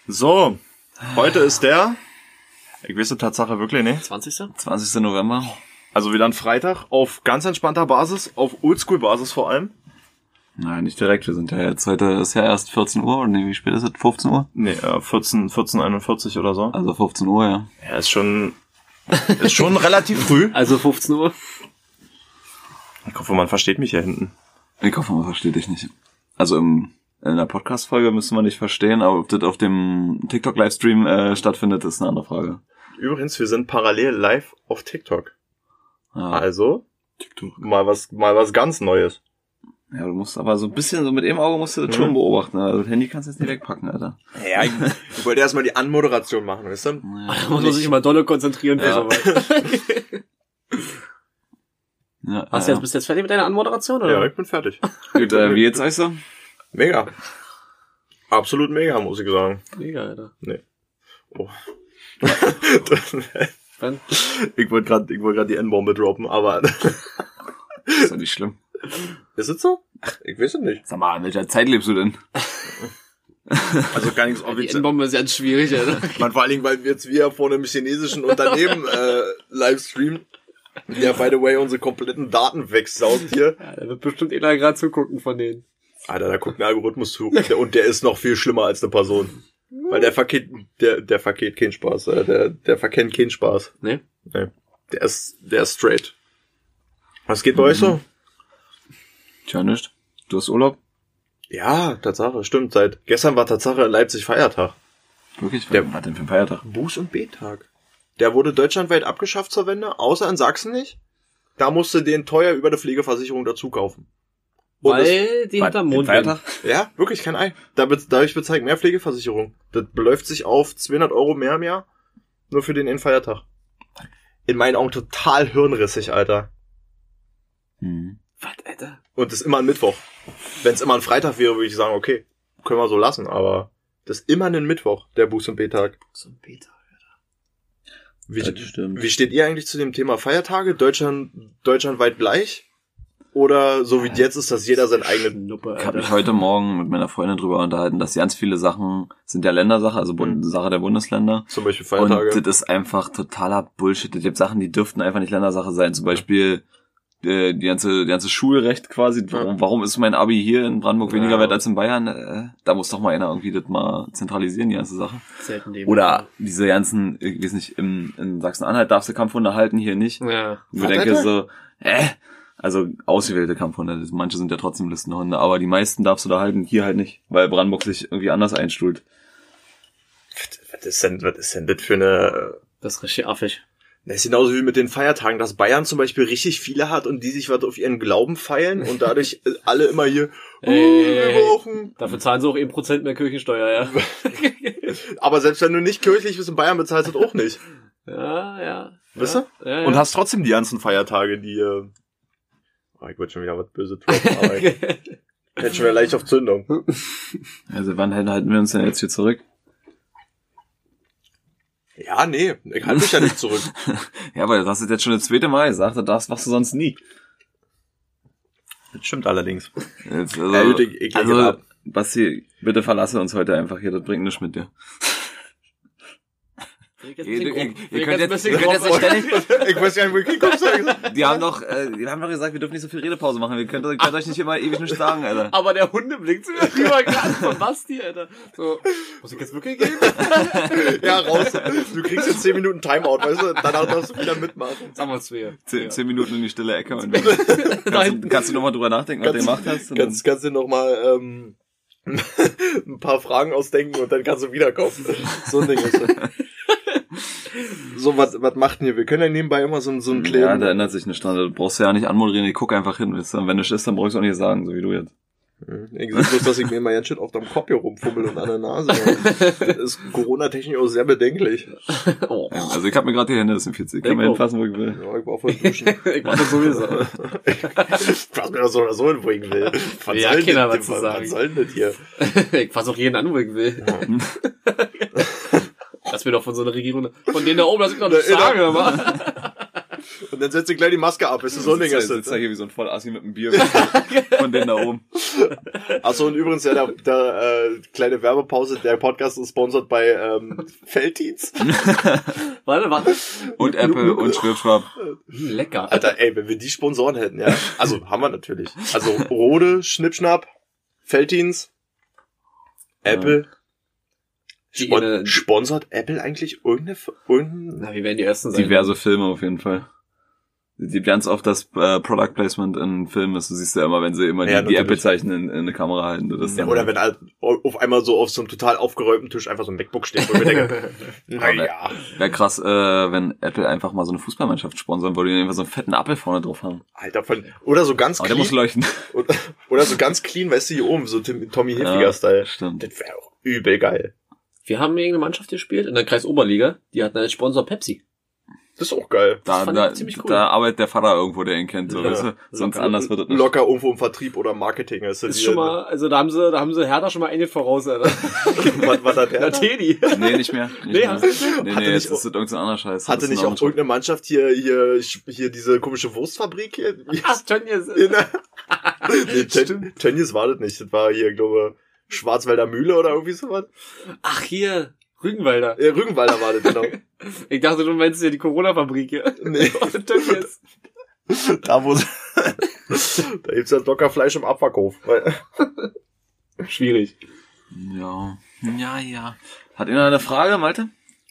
So, heute ist ich weiß die Tatsache wirklich nicht. 20. November. Also wieder ein Freitag auf ganz entspannter Basis, auf Oldschool-Basis vor allem. Nein, nicht direkt, wir sind ja jetzt, heute ist ja erst 14 Uhr, oder nee, wie spät ist es? 15 Uhr? Nee, 14:41 oder so. Also 15 Uhr, ja. Ja, ist schon relativ früh. Also 15 Uhr. Ich hoffe, man versteht mich hier hinten. Ich hoffe, man versteht dich nicht. Also in der Podcast-Folge müssen wir nicht verstehen, aber ob das auf dem TikTok-Livestream stattfindet, ist eine andere Frage. Übrigens, wir sind parallel live auf TikTok. Ja. Also, TikTok. mal was ganz Neues. Ja, du musst aber so ein bisschen, so mit dem Auge musst du das schon beobachten. Also das Handy kannst du jetzt nicht wegpacken, Alter. Ja, ich wollte erstmal die Anmoderation machen, weißt du? Ja. Da muss man sich immer dolle konzentrieren für sowas. Ja, Bist du jetzt fertig mit deiner Anmoderation, oder? Ja, ich bin fertig. Gut, wie jetzt heißt er? Mega. Absolut mega, muss ich sagen. Mega, Alter. Nee. Oh. Wann? Ich wollte gerade die N-Bombe droppen, aber Ist ja nicht schlimm. ist es so? Ich weiß es nicht. Sag mal, in welcher Zeit lebst du denn? Also gar nichts Die offiziell. N-Bombe ist ganz schwierig, Alter. Man, vor allen Dingen, weil wir jetzt wieder vor einem chinesischen Unternehmen livestreamen, der by the way unsere kompletten Daten wegsaut hier. Ja, da wird bestimmt einer gerade zugucken von denen. Alter, da guckt ein Algorithmus zu. Und der ist noch viel schlimmer als eine Person. Weil der verkennt keinen Spaß. Der verkennt keinen Spaß. Ne? Nee. Der ist straight. Was geht bei euch so? Tja, nicht. Du hast Urlaub? Ja, Tatsache, stimmt. Seit gestern war Tatsache in Leipzig Feiertag. Wirklich? Was denn für ein Feiertag? Buß- und B-Tag. Der wurde deutschlandweit abgeschafft zur Wende, außer in Sachsen nicht. Da musste den teuer über die Pflegeversicherung dazu kaufen. Und Weil die hat am Mond. ja, wirklich kein Ei. Dadurch bezahlt mehr Pflegeversicherung. Das beläuft sich auf 200 € mehr im Jahr. Nur für den Feiertag. In meinen Augen total hirnrissig, Alter. Was, Alter? Und das ist immer ein Mittwoch. Wenn es immer ein Freitag wäre, würde ich sagen, okay, können wir so lassen. Aber das ist immer ein Mittwoch, der Buß- und B-Tag. So ein Beta, Alter. Wie steht ihr eigentlich zu dem Thema Feiertage? Deutschlandweit gleich? Oder so wie jetzt ist, dass jeder sein eigenes... Schnuppe, Ich habe mich Alter. heute Morgen mit meiner Freundin drüber unterhalten, dass ganz viele Sachen sind ja Ländersache, also Sache der Bundesländer. Zum Beispiel Feiertage. Und das ist einfach totaler Bullshit. Es gibt Sachen, die dürften einfach nicht Ländersache sein. Zum Beispiel die ganze Schulrecht quasi. Warum ist mein Abi hier in Brandenburg weniger wert als in Bayern? Da muss doch mal einer irgendwie das mal zentralisieren, die ganze Sache. Selten dem. Oder diese ganzen, ich weiß nicht, in Sachsen-Anhalt darfst du Kampfhunde halten, hier nicht. Ja. Und ich denke so, also ausgewählte Kampfhunde, manche sind ja trotzdem Listenhunde, aber die meisten darfst du da halten, hier halt nicht, weil Brandenburg sich irgendwie anders einstuhlt. Was ist denn das für eine... Das ist richtig affig. Das ist genauso wie mit den Feiertagen, dass Bayern zum Beispiel richtig viele hat und die sich was auf ihren Glauben feilen und dadurch alle immer hier, wir brauchen... Dafür zahlen sie auch 1% mehr Kirchensteuer, ja. Aber selbst wenn du nicht kirchlich bist in Bayern, bezahlst du das auch nicht. Ja. Weißt du? Ja. Und hast trotzdem die ganzen Feiertage, die... ich wollte schon wieder was böse tun, aber ich hätte schon wieder leicht auf Zündung. Also wann halten wir uns denn jetzt hier zurück? Ja, nee, ich halte mich ja nicht zurück. Ja, weil das ist jetzt schon das zweite Mal gesagt, das machst du sonst nie. Das stimmt allerdings. Jetzt, Ja, gut, ich lege ab. Basti, bitte verlasse uns heute einfach hier, das bringt nichts mit dir. Ihr könnt jetzt nicht ständig... Ich weiß gar nicht, wo ich hinkomme. Die haben doch gesagt, wir dürfen nicht so viel Redepause machen. Wir könnt euch nicht immer ewig nichts sagen, Alter. Aber der Hundeblick zu mir rüber gerade von Basti, Alter. So, muss ich jetzt wirklich gehen? Ja, raus. Du kriegst jetzt 10 Minuten Timeout, weißt du? Danach darfst du wieder mitmachen. Sagen wir es zu ihr. 10 Minuten in die stille Ecke. Und kannst du nochmal drüber nachdenken, was du gemacht hast? Kannst du nochmal ein paar Fragen ausdenken und dann kannst du wiederkommen. So ein Ding ist das. So, was macht denn hier? Wir können ja nebenbei immer so einen kleinen... Ja, da ändert sich nichts dran. Du brauchst ja nicht anmoderieren, ich guck einfach hin. Weißt du? Wenn du ist, dann brauchst du auch nicht sagen, so wie du jetzt. Ich sehe bloß, dass ich mir immer ganz shit auf dem Kopf hier rumfummel und an der Nase. Das ist Corona-technisch auch sehr bedenklich. Oh. Ja, also ich habe mir gerade die Hände desinfiziert. Ich kann mir hinfassen, wo ich will. Ja, ich war voll duschen. Ich mach das sowieso. Ich fass mir das so oder so hin, wo ich will. Was Ja, soll keiner denn- was zu sagen. Was soll denn das hier? Ich fass auch jeden an, wo ich will. Lass mir doch von so einer Regierung, von denen da oben, dass ich noch nicht sage, Mann. Und dann setzt du gleich die Maske ab. Ist das so ein Ding? Sitzt da hier wie so ein Vollassi mit einem Bier von denen da oben. Achso, und übrigens, ja, der kleine Werbepause, der Podcast ist sponsert bei Felddienst. Warte. Und Apple und Schwab. Lecker. Alter, ey, wenn wir die Sponsoren hätten, ja. Also, haben wir natürlich. Also, Rode, Schnippschnapp, Felddienst, Apple. Sponsert Apple eigentlich irgendein... Na, wir werden die Ersten sein. Diverse Filme auf jeden Fall. Die ganz oft das Product Placement in Filmen ist, du siehst ja immer, wenn sie immer die Apple-Zeichen in eine Kamera halten. Das ja, oder wenn halt auf einmal so auf so einem total aufgeräumten Tisch einfach so ein MacBook steht, wo wir denken, naja. Wäre krass, wenn Apple einfach mal so eine Fußballmannschaft sponsern würde, die einfach so einen fetten Apfel vorne drauf haben. Alter, oder so ganz clean. Aber der muss leuchten. Oder so ganz clean, weißt du, hier oben, so Tommy Hilfiger-Style. Ja, stimmt. Das wäre auch übel geil. Wir haben irgendeine Mannschaft gespielt in der Kreisoberliga, die hatten als Sponsor Pepsi. Das ist auch geil. Ziemlich cool. Da arbeitet der Vater irgendwo, der ihn kennt, so, weißt du? Sonst anders wird es nicht. Locker irgendwo im Vertrieb oder Marketing. Ist schon mal, also da haben sie Hertha schon mal eine voraus, Alter. Was hat Hertha? Teddy. Nee, nicht mehr. Nee, jetzt ist das irgendein anderer Scheiß. Hatte nicht auch irgendeine Mannschaft hier diese komische Wurstfabrik hier? Tönnies. Tönnies war das nicht. Das war hier, glaube ich, Schwarzwälder Mühle oder irgendwie sowas. Ach, hier. Rügenwalder. Ja, Rügenwalder war das, genau. Ich dachte, du meinst ja die Corona-Fabrik hier. Nee. Da gibt's ja locker Fleisch im Abverkauf. Schwierig. Ja. Hat einer eine Frage, Malte?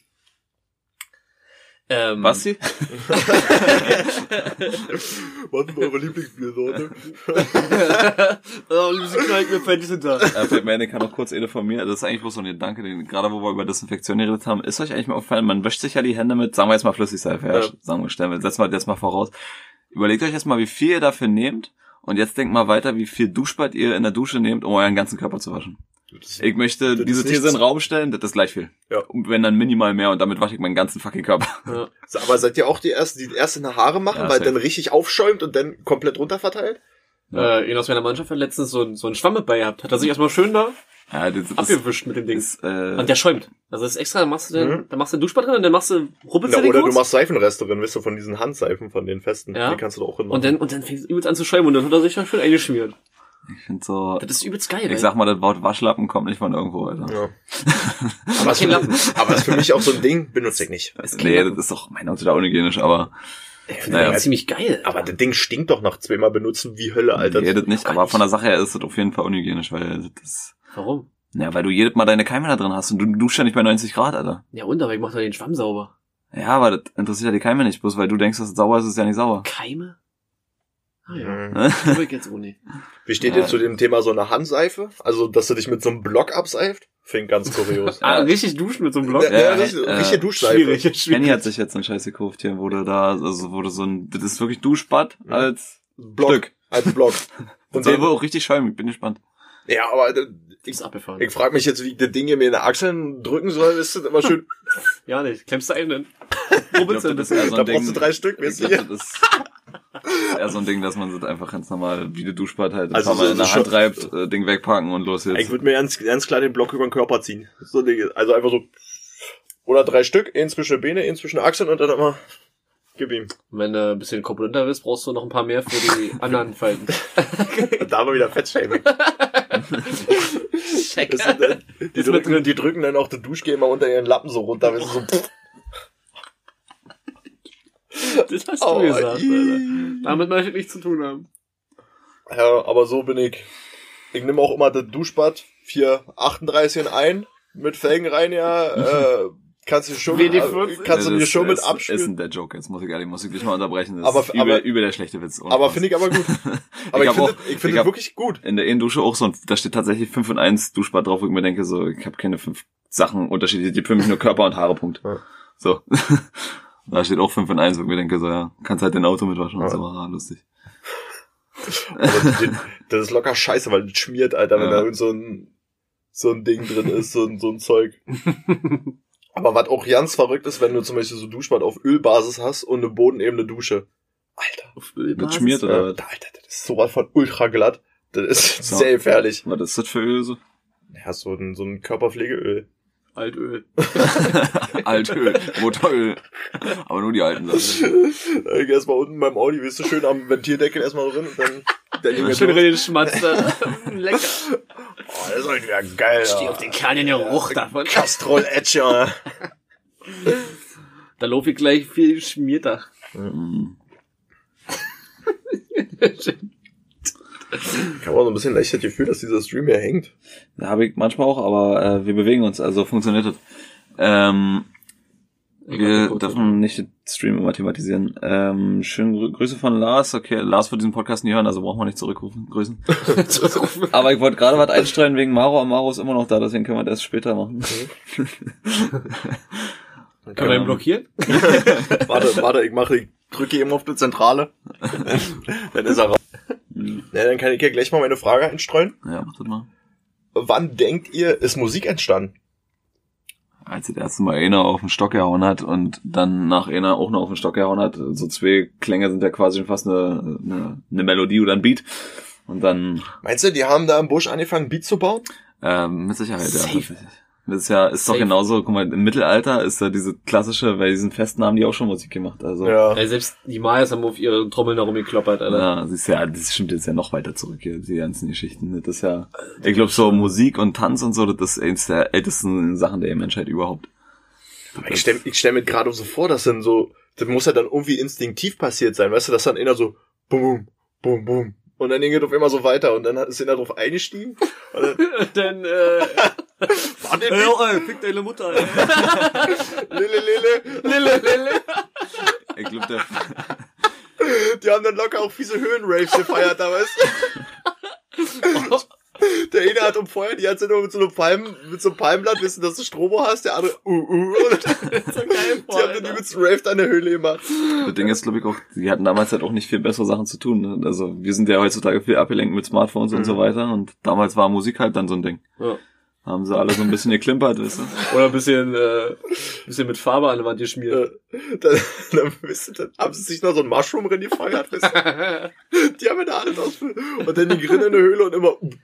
Basti? Was ist eure Lieblingsbiersorte? Fällt mir eine, kann noch kurz eine von mir. Das ist eigentlich bloß so ein Gedanke, gerade wo wir über Desinfektion geredet haben. Ist euch eigentlich mal aufgefallen, man wäscht sich ja die Hände mit, sagen wir jetzt mal Flüssigseife, setzen wir jetzt mal voraus. Überlegt euch jetzt mal, wie viel ihr dafür nehmt und jetzt denkt mal weiter, wie viel Duschbad ihr in der Dusche nehmt, um euren ganzen Körper zu waschen. Ich möchte diese These in den Raum stellen, das ist gleich viel. Ja. Und wenn dann minimal mehr und damit wasche ich meinen ganzen fucking Körper. Ja. Aber seid ihr auch die erst in die Haare machen, weil dann richtig aufschäumt und dann komplett runterverteilt? Ihn aus meiner Mannschaft hat letztens so ein Schwamm mit bei gehabt. Hat er sich erstmal schön da abgewischt mit dem Ding. Und der schäumt. Also das ist extra, dann machst du Duschbad drin und dann rubbelst du den oder kurz. Du machst Seifenreste drin, weißt du, von diesen Handseifen, von den festen. Ja. Die kannst du da auch hinmachen. Und dann fängt es übelst an zu schäumen und dann hat er sich da schön eingeschmiert. Ich finde so... Das ist übelst geil, Ich sag mal, das Wort Waschlappen kommt nicht von irgendwo, Alter. Ja. aber das ist für mich auch so ein Ding, benutze ich nicht. Nee, das ist doch mein Auto da unhygienisch, aber... Naja, ziemlich geil. Aber das Ding stinkt doch nach zweimal benutzen wie Hölle, Alter. Nee, das nicht, aber von der Sache her ist das auf jeden Fall unhygienisch, weil das... Warum? Ja, weil du jedes Mal deine Keime da drin hast und du duschst ja nicht bei 90 Grad, Alter. Ja und, aber ich mach doch den Schwamm sauber. Ja, aber das interessiert ja die Keime nicht, bloß weil du denkst, dass es sauer ist, ist es ja nicht sauer. Keime? Ah ja, das ich jetzt ohne. Wie steht ihr zu dem Thema so eine Handseife? Also, dass du dich mit so einem Block abseift? Find ganz kurios. Richtig duschen mit so einem Block? Ja, richtig Duschseife. Schwierig. Penny hat sich jetzt einen Scheiß gekauft hier, wo du so ein, das ist wirklich Duschbad als Block. Stück. Als Block. Und der wird auch richtig schäumig, bin gespannt. Ja, aber ich frage mich jetzt, wie ich das Ding hier mir in der Achseln drücken soll. Ist das immer schön. Ja, nicht. Klemmst du einen denn? Da brauchst du 3 Stück, weißt du hier. Das ist eher so ein Ding, dass man das einfach ganz normal wie eine Duschbad halt also mal in der Hand reibt, Ding wegpacken und los jetzt. Ich würde mir ganz klar den Block über den Körper ziehen. So ein Ding. Also einfach so. Oder 3 Stück, einen zwischen den Beine, einen zwischen den Achseln und dann immer gib ihm. Wenn du ein bisschen korpulenter bist, brauchst du noch ein paar mehr für die anderen Falten. Da haben wir wieder Fettshaming. Die drücken dann auch die Duschgel immer unter ihren Lappen so runter. So das hast du gesagt, Alter. Damit möchte ich nichts zu tun haben. Ja, aber so bin ich. Ich nehme auch immer das Duschbad 438 ein mit Felgen rein, ja. Kannst du schon mit abspülen. Ist ein der Joke, jetzt muss ich dich mal unterbrechen. Das aber, ist übel der schlechte Witz. Aber finde ich aber gut. Aber ich finde es wirklich gut. In der Dusche auch so, da steht tatsächlich 5 und 1 Duschbad drauf, wo ich mir denke, so, ich habe keine 5 Sachen unterschiedlich, die für mich nur Körper und Haare, Punkt. Ja. So. Da steht auch 5 und 1, wo ich mir denke, so, ja, kannst halt dein Auto mitwaschen und so, lustig. Aber das ist locker scheiße, weil das schmiert, Alter, wenn da so ein Ding drin ist, so ein Zeug. Aber was auch ganz verrückt ist, wenn du zum Beispiel so Duschbad auf Ölbasis hast und eine bodenebene Dusche. Alter. Auf Ölbasis? Das schmiert, oder? Alter, das ist sowas von ultra glatt. Das ist sehr gefährlich. Was ist das für Öl so? Ja, so ein Körperpflegeöl. Altöl. Altöl, Motoröl. Aber nur die alten Sachen. Ich geh erstmal unten beim Audi, wirst du schön am Ventildeckel erstmal drin und dann der Junge schön rein schmatzer. Lecker. Oh, das ist halt wieder geil. Ich steh auf den kleinen Geruch davon. Castrol Edge, ja. Da laufe ich gleich viel schmierter. Ich habe auch so ein bisschen leicht das Gefühl, dass dieser Stream hier hängt. Da habe ich manchmal auch, aber wir bewegen uns, also funktioniert das. Wir dürfen nicht den Stream immer thematisieren. Schöne Grüße von Lars. Okay, Lars wird diesen Podcast nie hören, also brauchen wir nicht zurückrufen. Grüßen. Aber ich wollte gerade was einstreuen wegen Maro, aber Maro ist immer noch da, deswegen können wir das später machen. Können wir ihn blockieren? Warte, ich drücke eben auf die Zentrale. Dann ist er raus. Ja, dann kann ich hier gleich mal meine Frage einstreuen. Ja, mach das mal. Wann denkt ihr, ist Musik entstanden? Als das erste Mal einer auf den Stock gehauen hat und dann nach einer auch noch auf den Stock gehauen hat. So zwei Klänge sind ja quasi schon fast eine Melodie oder ein Beat. Und dann... Meinst du, die haben da im Busch angefangen, Beats zu bauen? Mit Sicherheit, ja. Das ist doch genauso, guck mal, im Mittelalter ist da diese klassische, bei diesen Festen haben die auch schon Musik gemacht, also. Ja. Selbst die Mayas haben auf ihre Trommeln herum gekloppert, Alter. Ja, das stimmt jetzt ja noch weiter zurück hier, die ganzen Geschichten. Das ist ja, ich glaube so Musik und Tanz und so, das ist eines der ältesten Sachen der Menschheit überhaupt. Aber ich stell mir gerade so vor, dass dann so, das muss ja dann irgendwie instinktiv passiert sein, weißt du, dass dann einer so, bum, bum, bum. Und dann geht auf immer so weiter und dann ist er drauf eingestiegen. Und dann, fick deine Mutter, ey. Lille. Ich glaube, die haben dann locker auch fiese Höhenraves gefeiert, da weißt du. Der eine hat umfeuert, die hat nur mit so einem Palmblatt, wissen, dass du Strobo hast, der andere, und so geil, die haben dann übelst Rave an der Höhle gemacht. Das Ding ist, glaube ich, auch, die hatten damals halt auch nicht viel bessere Sachen zu tun, ne? Also, wir sind ja heutzutage viel abgelenkt mit Smartphones und so weiter, und damals war Musik halt dann so ein Ding. Ja. Haben sie alle so ein bisschen geklimpert, weißt du? Oder ein bisschen mit Farbe an der Wand geschmiert. Dann haben sie sich noch so ein Mushroom drin gefeuert, weißt du? Die haben ja da alles ausfüllt. Und dann die Grinne in der Höhle und immer. Und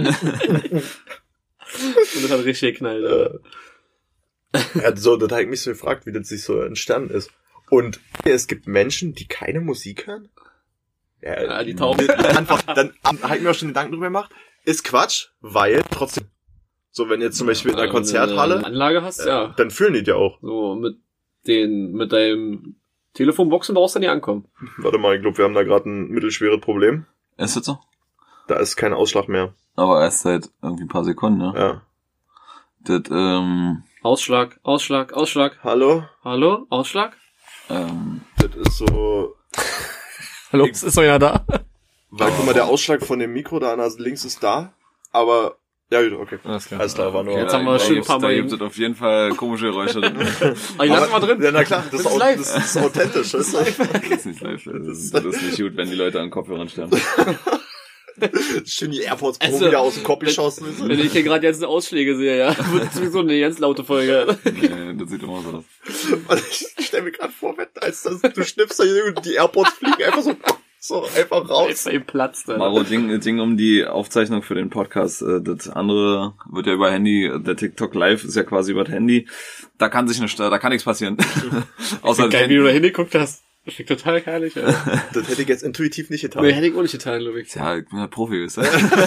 das hat richtig geknallt, ja, so, das habe ich mich so gefragt, wie das sich so entstanden ist. Und es gibt Menschen, die keine Musik hören? Ja, die tauchen. Dann habe ich mir auch schon Gedanken drüber gemacht. Ist Quatsch, weil trotzdem. So, wenn jetzt zum Beispiel in einer Konzerthalle eine Anlage hast, ja. Dann fühlen die ja auch. So, mit deinem Telefonboxen brauchst du nicht ankommen. Warte mal, ich glaube, wir haben da gerade ein mittelschweres Problem. Ist das so? Da ist kein Ausschlag mehr. Aber erst seit irgendwie ein paar Sekunden, ne? Ja. Das, Ausschlag. Hallo? Ausschlag? Das ist so... Hallo, ist noch einer da? Weil, guck mal, der Ausschlag von dem Mikro da links ist da, aber... Ja, okay. Alles klar, war nur... Okay, jetzt haben wir schon ein paar Mal... Da gibt es auf jeden Fall komische Geräusche. Aber ich lass mal drin. Ja, na klar, das ist live. Das ist authentisch. Das ist nicht live. Das ist nicht gut, wenn die Leute an Kopfhörern sterben. Schön die AirPods Pro wieder aus dem Kopf geschossen. Wenn ich hier gerade jetzt Ausschläge sehe, ja, wird sowieso eine ganz laute Folge. Nee, das sieht immer so aus. Ich stell mir gerade vor, du schnippst da und die AirPods fliegen einfach so einfach raus. Platzt, Maro, Ding um die Aufzeichnung für den Podcast. Das andere wird ja über Handy, der TikTok Live ist ja quasi über das Handy. Da kann nichts passieren. Außer geil, wie du da hingeguckt hast. Das klingt total herrlich, ja. Das hätte ich jetzt intuitiv nicht getan. Nee, hätte ich auch nicht getan, glaube ich. Ja, ich bin ja Profi, ist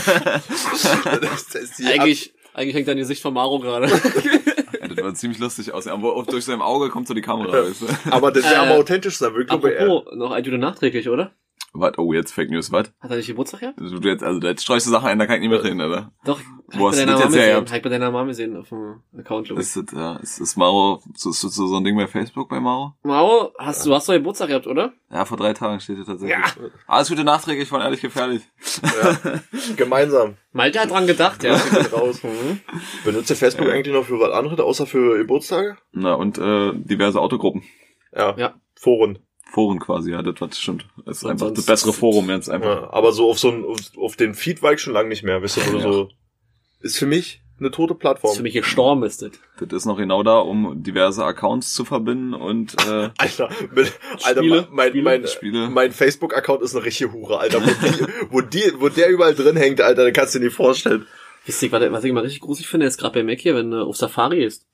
Eigentlich hängt dein Gesicht von Maro gerade. Ja, das war ziemlich lustig aus. Aber durch sein Auge kommt so die Kamera, weißt du? Aber das wäre am authentischsten, wirklich. Apropos, noch ein Video nachträglich, oder? Was? Oh, jetzt Fake News, was? Hat er nicht Geburtstag gehabt? Jetzt streust du Sachen ein, da kann ich nicht mehr reden, oder? Doch, wo hast du das jetzt hergehabt? Hab ich bei deiner Mama gesehen auf dem Account, glaube ich. Ist Maro, ist so ein Ding bei Facebook bei Maro? Maro, du hast doch Geburtstag gehabt, oder? Ja, vor 3 Tagen steht hier tatsächlich. Ja. Alles Gute nachträglich von Ehrlich Gefährlich. Ja. Gemeinsam. Malte hat dran gedacht, ja. Raus. Benutzt ihr Facebook eigentlich noch für was anderes, außer für Geburtstage? Na, und diverse Autogruppen. Ja. Foren quasi, ja, das stimmt. Das ist einfach das bessere Forum jetzt einfach. Ja, aber so auf den Feed war ich schon lange nicht mehr, weißt du, wo du so, ist für mich eine tote Plattform. Ist für mich gestorben ist das. Das ist noch genau da, um diverse Accounts zu verbinden und, Alter, Spiele? mein Facebook-Account ist eine richtige Hure, Alter, wo der überall drin hängt, Alter, dann kannst du dir nicht vorstellen. Wisst ihr, was ich immer richtig gruselig finde, ist gerade bei Mac hier, wenn du auf Safari ist.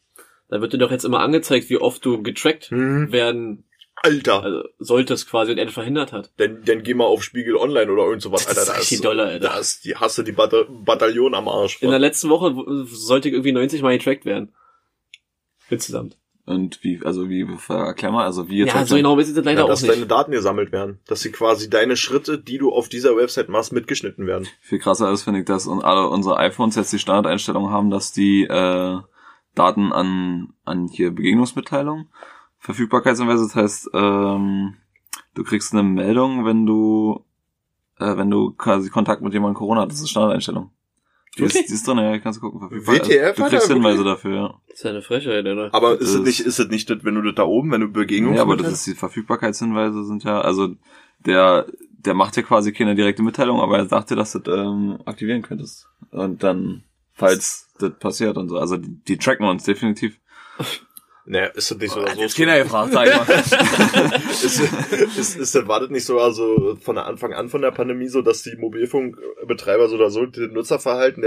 Da wird dir doch jetzt immer angezeigt, wie oft du getrackt werden. Alter. Also solltest quasi und er verhindert hat. Dann geh mal auf Spiegel Online oder irgend sowas, Alter. Das ist richtig dolle, Alter. Hast du die Bataillon am Arsch. In der letzten Woche sollte irgendwie 90 Mal getrackt werden. Insgesamt. Und erklär mal, also wie jetzt... Ja, so genau wissen sie leider auch nicht. Dass deine Daten gesammelt werden. Dass sie quasi deine Schritte, die du auf dieser Website machst, mitgeschnitten werden. Viel krasser ist, finde ich, dass alle unsere iPhones jetzt die Standardeinstellung haben, dass die Daten an hier Begegnungsmitteilungen, Verfügbarkeitshinweise, das heißt, du kriegst eine Meldung, wenn du quasi Kontakt mit jemandem Corona hast. Das ist Standardeinstellung. Die ist drin, ja, kannst du gucken. WTF, du kriegst Hinweise dafür, ja. Das ist ja eine Frechheit, oder? Aber ist es nicht, wenn du da oben, wenn du Begegnungen... Ja, aber das ist die Verfügbarkeitshinweise sind ja, also der macht dir quasi keine direkte Mitteilung, aber er sagt dir, dass du das aktivieren könntest. Und dann, falls das passiert und so. Also die tracken uns definitiv. Naja, ist das nicht so... Hat jetzt keiner gefragt, sag ich mal. War das nicht so, also von Anfang an von der Pandemie so, dass die Mobilfunkbetreiber so oder so das Nutzerverhalten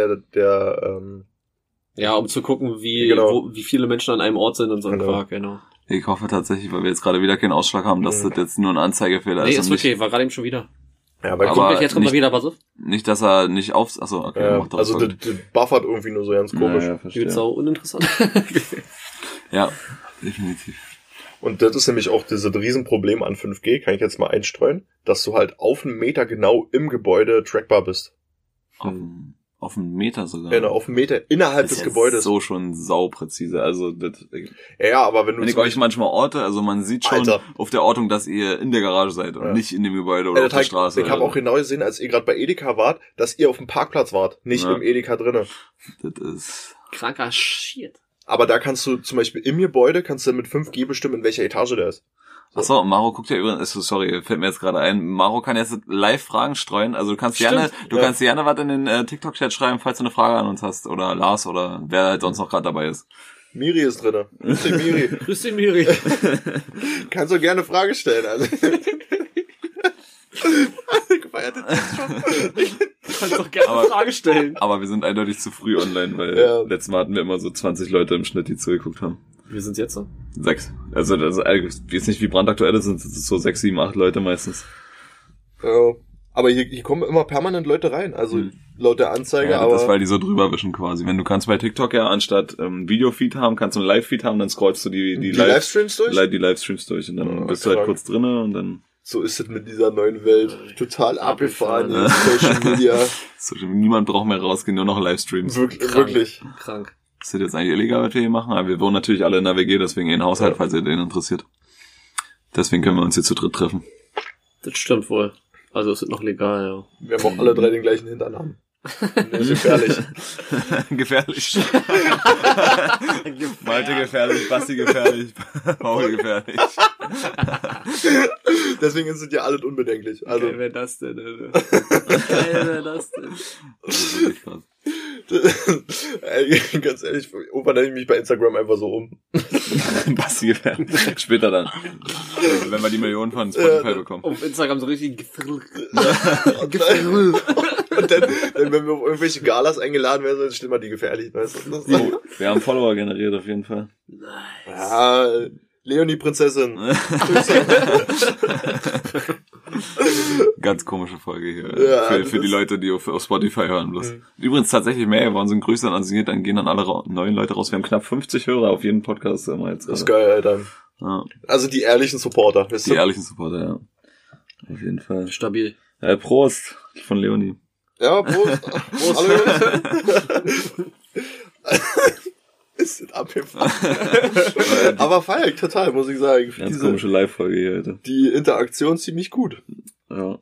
ja, um zu gucken, wie viele Menschen an einem Ort sind und so ein Quark, genau. Ich hoffe tatsächlich, weil wir jetzt gerade wieder keinen Ausschlag haben, dass das jetzt nur ein Anzeigefehler ist. Nee, ist okay, war gerade eben schon wieder. Ja, aber jetzt kommt er wieder, pass auf. Nicht, dass er nicht achso, okay, ja, macht also das buffert irgendwie nur so ganz komisch. Ja, die wird sau uninteressant. Ja, definitiv. Und das ist nämlich auch dieses Riesenproblem an 5G, kann ich jetzt mal einstreuen, dass du halt auf einen Meter genau im Gebäude trackbar bist. Auf einen Meter sogar. Genau, auf einen Meter innerhalb des Gebäudes. So schon saupräzise. Also ja, aber wenn du ich euch manchmal Orte, also man sieht schon auf der Ortung, dass ihr in der Garage seid und nicht in dem Gebäude oder auf der Straße. Ich habe auch genau gesehen, als ihr gerade bei Edeka wart, dass ihr auf dem Parkplatz wart, nicht im Edeka drinne. Das ist kranker Shit. Aber da kannst du zum Beispiel im Gebäude mit 5G bestimmen, in welcher Etage der ist. So. Achso, Maro guckt ja übrigens, sorry, fällt mir jetzt gerade ein, Maro kann jetzt live Fragen streuen, also du kannst gerne was in den TikTok-Chat schreiben, falls du eine Frage an uns hast, oder Lars, oder wer halt sonst noch gerade dabei ist. Miri ist drinne. Grüß dich, Miri. Grüß dich, Miri. Kannst du gerne Frage stellen, also. Du kannst doch gerne eine Frage stellen. Aber wir sind eindeutig zu früh online, weil letztes Mal hatten wir immer so 20 Leute im Schnitt, die zugeguckt haben. Wir sind jetzt so. 6. Also das ist jetzt nicht wie brandaktuell sind, es ist so 6, 7, 8 Leute meistens. Ja. Aber hier kommen immer permanent Leute rein, also laut der Anzeige. Ja, das ist, weil die so drüber wischen quasi. Wenn du kannst bei TikTok ja anstatt Videofeed haben, kannst du einen Live-Feed haben, dann scrollst du die Livestreams durch? Die Livestreams durch und dann bist du halt kurz drinne und dann... So ist es mit dieser neuen Welt. Total abgefahren. Social Media. Niemand braucht mehr rausgehen, nur noch Livestreams. Wirklich. Krank. Das ist jetzt eigentlich illegal, was wir hier machen, aber wir wohnen natürlich alle in der WG, deswegen in Haushalt, falls ihr den interessiert. Deswegen können wir uns hier zu dritt treffen. Das stimmt wohl. Also es ist noch legal, ja. Wir haben auch alle drei den gleichen Hinternamen. Gefährlich. Gefährlich. Malte gefährlich, Basti gefährlich, Paul gefährlich. Deswegen sind ja alle unbedenklich. Also. Geil wäre das denn, Alter. Geil wäre das denn. Das ist wirklich krass. Ey, ganz ehrlich, Opa nenne ich mich bei Instagram einfach so um. Basti gefährlich. Später dann. Wenn wir die Millionen von Spotify bekommen. Auf Instagram so richtig Gefährlich. Und dann, wenn wir auf irgendwelche Galas eingeladen werden, dann steht mal die gefährlich. Weißt du? Wir haben Follower generiert auf jeden Fall. Nice. Ja, Leonie Prinzessin. Ganz komische Folge hier. Ja, für die Leute, die auf Spotify hören bloß. Übrigens tatsächlich mehr geworden, sind größer ansigniert, dann gehen dann alle neuen Leute raus. Wir haben knapp 50 Hörer auf jeden Podcast. Jetzt das ist geil, Alter. Ja. Also die ehrlichen Supporter. Die ehrlichen Supporter, ja. Auf jeden Fall. Stabil. Prost von Leonie. Ja, Prost. Prost. Hallo. Ist abgefahren. Aber feier ich total, muss ich sagen. Ganz komische Live-Folge hier heute. Die Interaktion ziemlich gut. Ja.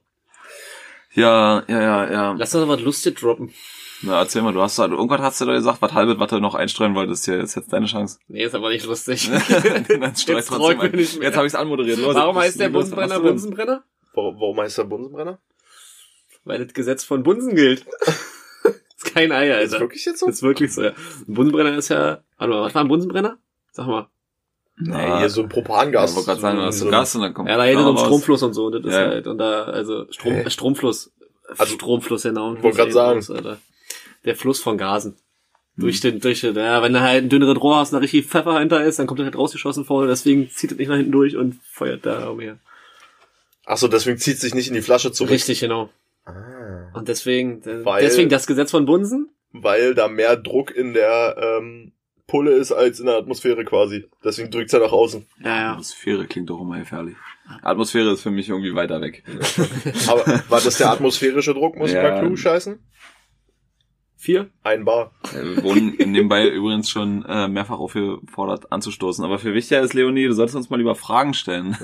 Ja. Lass uns aber was lustig droppen. Na, erzähl mal, irgendwas hast du da gesagt, was du noch einstreuen wolltest hier. Ist jetzt deine Chance. Nee, ist aber nicht lustig. Dann streu trotzdem ein. Jetzt habe ich's anmoderiert. Los, warum heißt der Bunsenbrenner Bunsenbrenner? Warum heißt der Bunsenbrenner? Weil das Gesetz von Bunsen gilt. Ist kein Ei, Alter. Ist wirklich jetzt so? Ist wirklich so, ja. Ein Bunsenbrenner ist ja... Warte mal, was war ein Bunsenbrenner? Sag mal. Nee, hier so ein Propangas. Ich wollte gerade sagen, da hast du Gas und dann kommt... Ja, da hätte ein Stromfluss und so. Und das ist halt... Und da, also Stromfluss. Also Stromfluss, genau. Ich wollte gerade sagen. Alter. Der Fluss von Gasen. Durch den, ja, wenn du halt ein dünneres Rohr hast, da richtig Pfeffer hinter ist, dann kommt er halt rausgeschossen vorne, deswegen zieht er nicht nach hinten durch und feuert da umher. Ach so, deswegen zieht sich nicht in die Flasche zurück. Richtig, genau. Und deswegen das Gesetz von Bunsen? Weil da mehr Druck in der Pulle ist als in der Atmosphäre quasi. Deswegen drückt's ja nach außen. Ja. Atmosphäre klingt doch immer gefährlich. Atmosphäre ist für mich irgendwie weiter weg. Aber war das der atmosphärische Druck, muss ich mal klug scheißen? 4? 1 Bar. Wir wurden nebenbei übrigens schon mehrfach aufgefordert anzustoßen. Aber viel wichtiger ist, Leonie, du solltest uns mal lieber Fragen stellen.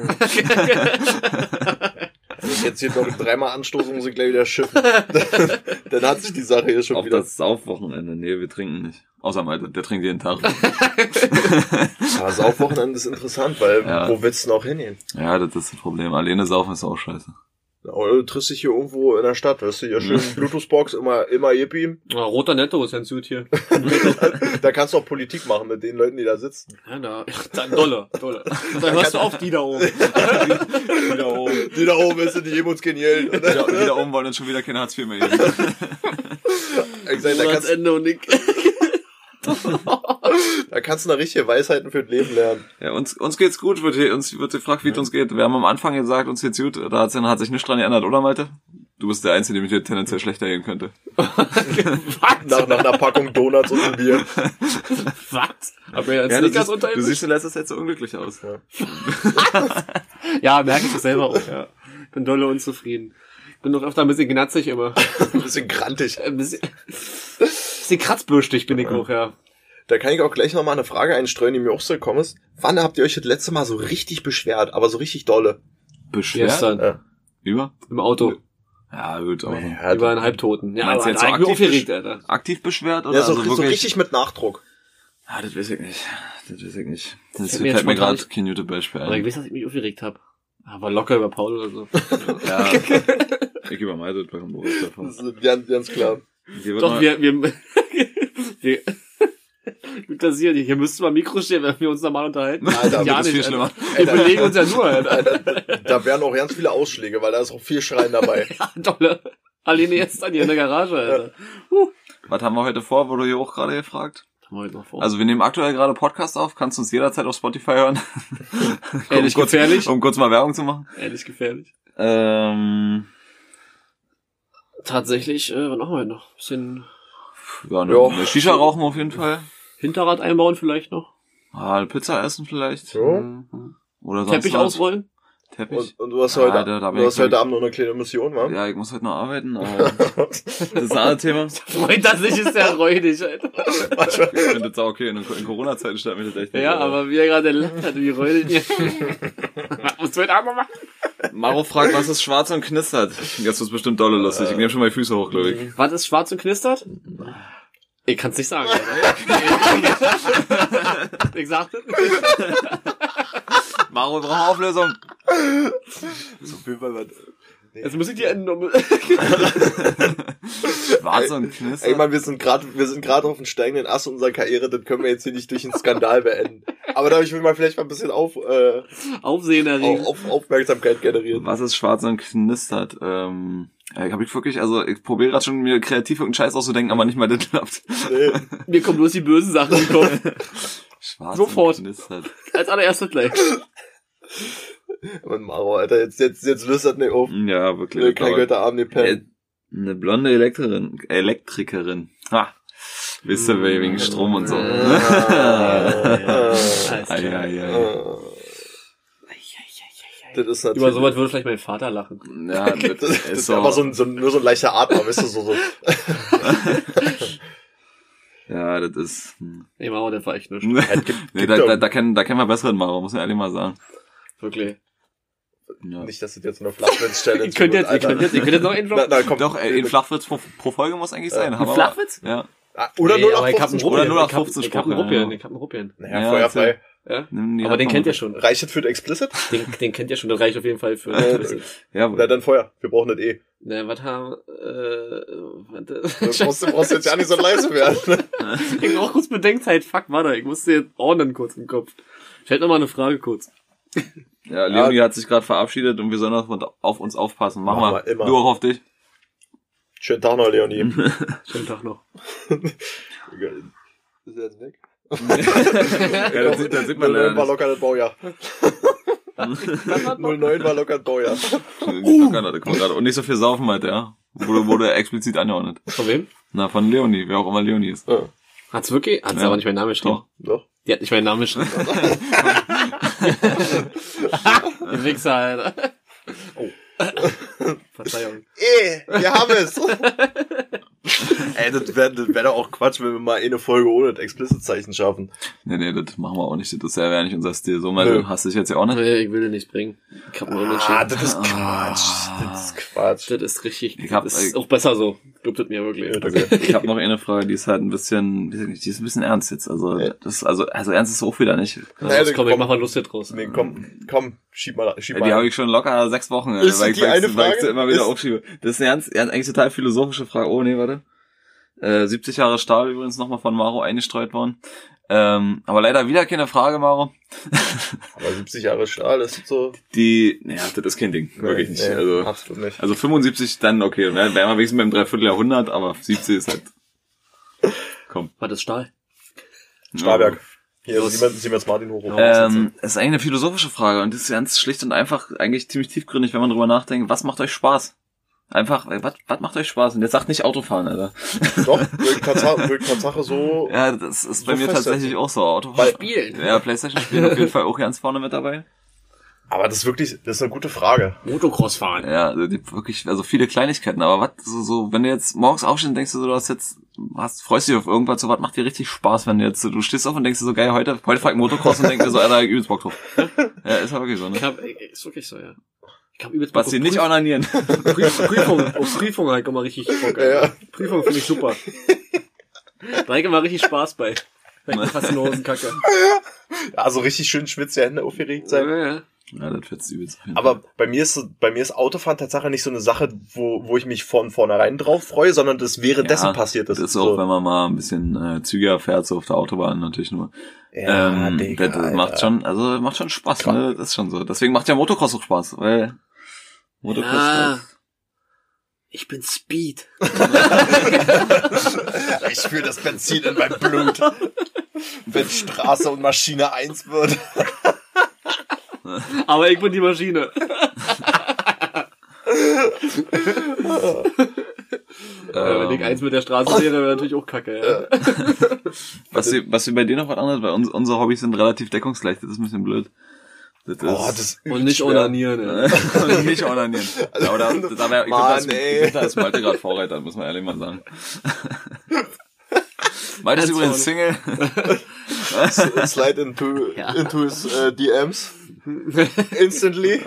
Wenn ich jetzt hier noch 3-mal anstoßen, muss ich gleich wieder schiffen. Dann hat sich die Sache hier schon auf wieder... Auf das Saufwochenende. Nee, wir trinken nicht. Außer Malte, der trinkt jeden Tag. Aber Saufwochenende ist interessant, weil wo willst du denn auch hingehen? Ja, das ist das Problem. Alleine saufen ist auch scheiße. Oder du triffst dich hier irgendwo in der Stadt, weißt du, hier schön Bluetooth-Box, immer Yippie. Ja, roter Netto ist ganz gut hier. Da kannst du auch Politik machen mit den Leuten, die da sitzen. Ja, dann Dollar. Dann hörst du auf die da oben. Die da oben ist, die geben uns kein Geld. Die da oben wollen uns schon wieder kein Hartz IV mehr geben. Ende und nick. Da kannst du noch richtige Weisheiten für das Leben lernen. Ja, uns geht's gut, uns wird gefragt, wie es uns geht. Wir haben am Anfang gesagt, uns geht's gut, da hat sich nichts dran geändert, oder Malte? Du bist der Einzige, der mit dir tendenziell schlechter gehen könnte. nach einer Packung Donuts und einem Bier. Was? Aber ja, du siehst in letzter Zeit so unglücklich aus. Ja, merke ich das selber auch, ja. Bin dolle unzufrieden. Bin doch öfter ein bisschen gnatzig immer. Ein bisschen grantig. Ein bisschen kratzbürstig bin ich auch, ja. Da kann ich auch gleich nochmal eine Frage einstreuen, die mir auch so gekommen ist. Wann habt ihr euch das letzte Mal so richtig beschwert, aber so richtig dolle? Beschwert? Gestern. Ja. Über? Im Auto. Ja, gut, aber über einen Halbtoten. Ja, meinst du jetzt so aktiv Alter. Aktiv beschwert oder ja, so richtig mit Nachdruck? Ah, das weiß ich nicht. Das fällt mir gerade kein gutes Beispiel ein. Aber ich weiß, dass ich mich aufgeregt habe. Aber locker über Paul oder so. Ja. Ich über Malte bei dem Boris davon. Das ist ganz klar. Doch, wir gut, dass hier müsste mal ein Mikro stehen, wenn wir uns normal unterhalten. Alter, ja, das ist viel schlimmer. Wir belegen uns ja nur, Alter. Da wären auch ganz viele Ausschläge, weil da ist auch viel Schreien dabei. Ja, tolle. Alleine jetzt an hier in der Garage, Alter. Was haben wir heute vor, wurde hier auch gerade gefragt? Haben wir heute noch vor. Also wir nehmen aktuell gerade Podcast auf, kannst uns jederzeit auf Spotify hören. Ehrlich gefährlich. Um kurz mal Werbung zu machen. Ehrlich gefährlich. Tatsächlich, was machen wir heute noch? Bisschen... Ja, eine Shisha rauchen auf jeden Fall. Hinterrad einbauen vielleicht noch. Eine Pizza essen vielleicht. Ja. Oder sonst Teppich ausrollen. Teppich. Und du hast heute Abend noch eine kleine Mission, wa? Ja, ich muss heute noch arbeiten, aber das ist ein anderes Thema. Freut das nicht, ist der räudig, Alter. Ich finde das auch okay, in Corona-Zeiten stellt mich das echt nicht. Ja, aber wie er gerade lacht hat, wie räudig. Was musst du heute Abend machen? Maro fragt, was ist schwarz und knistert? Jetzt wird's bestimmt dolle lustig. Ich nehme schon mal die Füße hoch, glaube ich. Was ist schwarz und knistert? Ich kann's nicht sagen. Ich sagte. Maro, wir brauchen Auflösung. So viel bei was. Jetzt muss ich die Enden Schwarz und knistert. Ey, Mann, wir sind gerade auf dem steigenden Ast unserer Karriere, das können wir jetzt hier nicht durch einen Skandal beenden. Aber da will ich mal vielleicht mal ein bisschen Aufsehen erregen. Aufmerksamkeit generieren. Was ist schwarz und knistert? Hab ich wirklich, also ich probiere gerade schon mir kreativ irgendeinen Scheiß auszudenken, aber nicht mal das klappt. Nee. Mir kommen bloß die bösen Sachen in den Kopf. Schwarz sofort. Und knistert. Als allererstes gleich. Mann, Maro, Alter, jetzt löst das nicht auf. Ja, wirklich. Kein heute Abend nicht pennen. Eine blonde Elektrikerin. Ha. Wisst ihr, wegen Strom und so. Das ist natürlich. Über sowas würde vielleicht mein Vater lachen. Ja, das ist so. Aber nur so ein leichter Atmer, weißt du, so. Ja, das ist... Nee, Maro, der war echt nicht. Nee, da kennen wir besseren Maro, muss man ehrlich mal sagen. Wirklich. Ja. Nicht, dass das jetzt so eine Flachwitz-Challenge ist. Ihr könnt jetzt noch einen Job. Doch, ein Flachwitz pro Folge muss eigentlich sein. Ein Flachwitz? Ja. Oder nur nach 15 Oder nur nach 15 Ich hab einen Ruppien. Naja, feuerfrei. Ja? Aber den kennt ihr schon. Reicht das für Explicit? Den kennt ihr schon, das reicht auf jeden Fall für Explicit. Ja, na dann Feuer. Wir brauchen das eh. Na, was haben, Du brauchst jetzt ja nicht so leise werden. Ich brauch kurz Bedenkzeit. Fuck, warte, ich musste jetzt ordnen kurz im Kopf. Ich hätte noch mal eine Frage kurz. Ja, Leonie hat sich gerade verabschiedet und wir sollen auf uns aufpassen. Mach mal. Immer. Du auch auf dich. Schönen Tag noch, Leonie. Schönen Tag noch. Ist er jetzt weg? Ja, dann sieht man 09 war locker das Baujahr. 09 war locker das Baujahr. Da kann man gerade und nicht so viel saufen, halt, ja. Wurde explizit angeordnet. Von wem? Na, von Leonie, wer auch immer Leonie ist. Ja. Hat's wirklich? Hat's aber nicht meinen Namen geschrieben? Doch. Die hat nicht meinen Namen geschrieben. Die Wichser, Alter. Oh. Verzeihung. Wir haben es. Ey, das wär doch auch Quatsch, wenn wir mal eine Folge ohne das Explicit-Zeichen schaffen. Nee, das machen wir auch nicht. Das wäre ja nicht unser Stil. So, mal, hast du dich jetzt ja auch nicht? Nee, ich will den nicht bringen. Ich hab nur unentschieden. Das ist Quatsch. Das ist Quatsch. Das ist richtig. Das ist auch besser so. Glaubt es mir wirklich. Okay. Ich habe noch eine Frage, die ist halt ein bisschen, die ist ein bisschen ernst jetzt. Also, also ernst ist es auch wieder nicht. Also, komm, ich mach mal Lust draus. Nee, komm, schieb mal. Die habe ich schon locker 6 Wochen, ist weil ich immer wieder aufschiebe. Das ist eine eigentlich total philosophische Frage. Oh, nee, warte. 70 Jahre Stahl übrigens nochmal von Maro eingestreut worden. Aber leider wieder keine Frage, Maro. Aber 70 Jahre Stahl ist so... das ist kein Ding. Wirklich nicht. Nee, also, absolut nicht. Also 75 dann okay. Wären wir wenigstens beim Dreivierteljahrhundert, aber 70 ist halt... Komm. Was ist Stahl? Stahlwerk. Hier, Siemens Martin hoch. Es ist eigentlich eine philosophische Frage und das ist ganz schlicht und einfach eigentlich ziemlich tiefgründig, wenn man drüber nachdenkt. Was macht euch Spaß? Einfach, was macht euch Spaß? Und jetzt sagt nicht Autofahren, Alter. Doch, Tatsache so... Ja, das ist bei mir tatsächlich auch so. Autofahren. Spielen. Ja, PlayStation spielen auf jeden Fall auch ganz vorne mit dabei. Aber das ist eine gute Frage. Motocross fahren. Ja, also viele Kleinigkeiten, aber was, so, wenn du jetzt morgens aufstehst und denkst du freust dich auf irgendwas, so was macht dir richtig Spaß, wenn du stehst auf und denkst dir so, geil, heute fahr ich Motocross und denkst dir so, Alter, ich übelst Bock drauf. Ja, ist ja wirklich so, ne? Ist wirklich so, ja. Ich hab übelst Bock. Was sie nicht onanieren. Prüfung halt immer richtig Bock. Ja. Prüfung finde ich super. Da hab immer richtig Spaß bei. Fast in Hosenkacke. Also richtig schön schwitzige Hände aufgeregt sein. Ja, das wird's übelst. Aber bei mir ist Autofahren tatsächlich nicht so eine Sache, wo ich mich von vornherein drauf freue, sondern das währenddessen passiert. Das ist auch, wenn man mal ein bisschen zügiger fährt, so auf der Autobahn natürlich nur. Ja, Digga, das macht schon Spaß, ne? Das ist schon so. Deswegen macht ja Motocross auch Spaß, weil Motocross ich bin Speed. Ich fühle das Benzin in meinem Blut. Wenn Straße und Maschine eins wird. Aber ich bin die Maschine. Wenn ich eins mit der Straße sehe, dann wäre natürlich auch kacke. Ja. Was bei dir noch was anderes? Weil unsere Hobbys sind relativ deckungsgleich. Das ist ein bisschen blöd. Das und nicht onanieren. Und nicht onanieren. Ja, ich glaube, da ist Malte gerade Vorreiter, muss man ehrlich mal sagen. Malte ist übrigens Single. Slide into his DMs. Instantly.